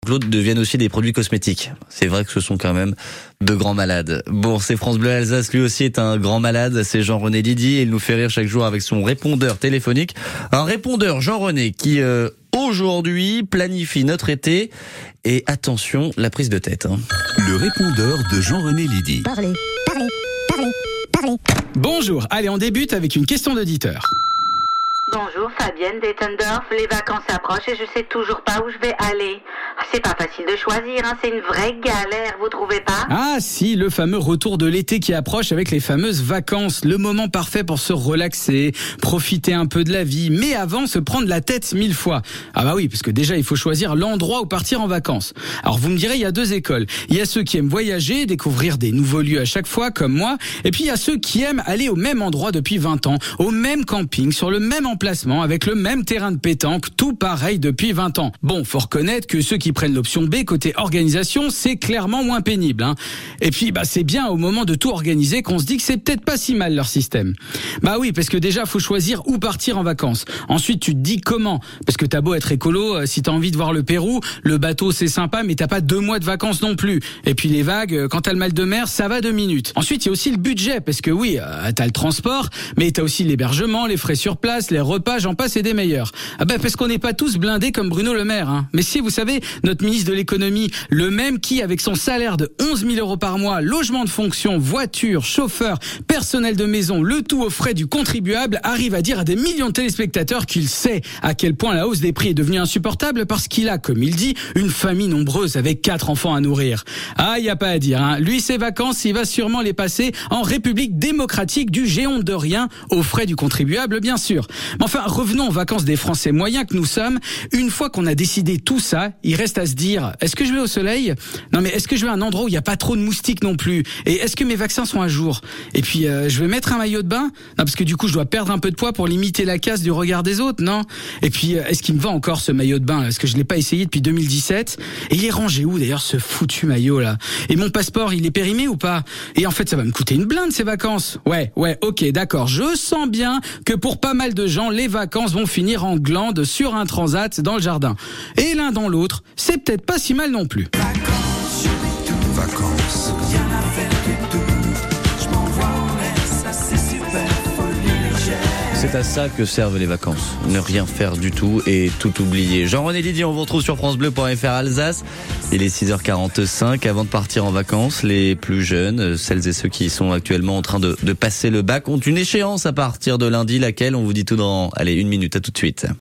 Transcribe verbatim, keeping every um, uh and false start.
L'autre deviennent aussi des produits cosmétiques. C'est vrai que ce sont quand même de grands malades. Bon, c'est France Bleu Alsace, lui aussi est un grand malade, c'est Jean-René Lydie, et il nous fait rire chaque jour avec son répondeur téléphonique. Un répondeur, Jean-René, qui euh, aujourd'hui planifie notre été, et attention, la prise de tête. Hein. Le répondeur de Jean-René Lydie. Parlez, parlez, parlez, parlez. Bonjour, allez on débute avec une question d'auditeur. Bonjour Fabienne d'Ettendorf, les vacances approchent et je sais toujours pas où je vais aller. C'est pas facile de choisir, hein, c'est une vraie galère, vous trouvez pas? Ah si, le fameux retour de l'été qui approche avec les fameuses vacances, le moment parfait pour se relaxer, profiter un peu de la vie, mais avant se prendre la tête mille fois. Ah bah oui, parce que déjà il faut choisir l'endroit où partir en vacances. Alors vous me direz, il y a deux écoles. Il y a ceux qui aiment voyager, découvrir des nouveaux lieux à chaque fois, comme moi, et puis il y a ceux qui aiment aller au même endroit depuis vingt ans, au même camping, sur le même emplacement, avec le même terrain de pétanque, tout pareil depuis vingt ans. Bon, faut reconnaître que ceux qui prennent l'option B côté organisation, c'est clairement moins pénible. Hein. Et puis, bah, c'est bien au moment de tout organiser qu'on se dit que c'est peut-être pas si mal leur système. Bah oui, parce que déjà, faut choisir où partir en vacances. Ensuite, tu te dis comment. Parce que t'as beau être écolo, si t'as envie de voir le Pérou, le bateau c'est sympa, mais t'as pas deux mois de vacances non plus. Et puis les vagues, quand t'as le mal de mer, ça va deux minutes. Ensuite, il y a aussi le budget, parce que oui, t'as le transport, mais t'as aussi l'hébergement, les frais sur place, les repas, j'en passe et des meilleurs. Ah bah parce qu'on n'est pas tous blindés comme Bruno Le Maire. Hein. Mais si vous savez, notre ministre de l'économie, le même qui, avec son salaire de onze mille euros par mois, logement de fonction, voiture, chauffeur, personnel de maison, le tout aux frais du contribuable, arrive à dire à des millions de téléspectateurs qu'il sait à quel point la hausse des prix est devenue insupportable parce qu'il a, comme il dit, une famille nombreuse avec quatre enfants à nourrir. Ah, y a pas à dire. Hein. Lui, ses vacances, il va sûrement les passer en République démocratique du géant de rien, aux frais du contribuable, bien sûr. Mais enfin, revenons aux vacances des Français moyens que nous sommes. Une fois qu'on a décidé tout ça, il reste à se dire, est-ce que je vais au soleil? Non mais est-ce que je vais à un endroit où il n'y a pas trop de moustiques non plus? Et est-ce que mes vaccins sont à jour? Et puis euh, je vais mettre un maillot de bain? Non, parce que du coup je dois perdre un peu de poids pour limiter la casse du regard des autres, non? Et puis euh, est-ce qu'il me va encore ce maillot de bain? Est-ce que je l'ai pas essayé depuis deux mille dix-sept? Et il est rangé où d'ailleurs ce foutu maillot là? Et mon passeport, il est périmé ou pas? Et en fait ça va me coûter une blinde ces vacances. Ouais, ouais, ok, d'accord. Je sens bien que pour pas mal de gens, les vacances vont finir en glande sur un transat dans le jardin. Et l'un dans l'autre, c'est peut-être pas si mal non plus. Vacances, vacances, rien à faire du tout. Je m'envoie en l'air, ça c'est super, folie légère. C'est à ça que servent les vacances. Ne rien faire du tout et tout oublier. Jean-René Lydie, on vous retrouve sur francebleu point f r Alsace. Il est six heures quarante-cinq. Avant de partir en vacances, les plus jeunes, celles et ceux qui sont actuellement en train de, de passer le bac, ont une échéance à partir de lundi, laquelle on vous dit tout dans, allez, une minute. À tout de suite.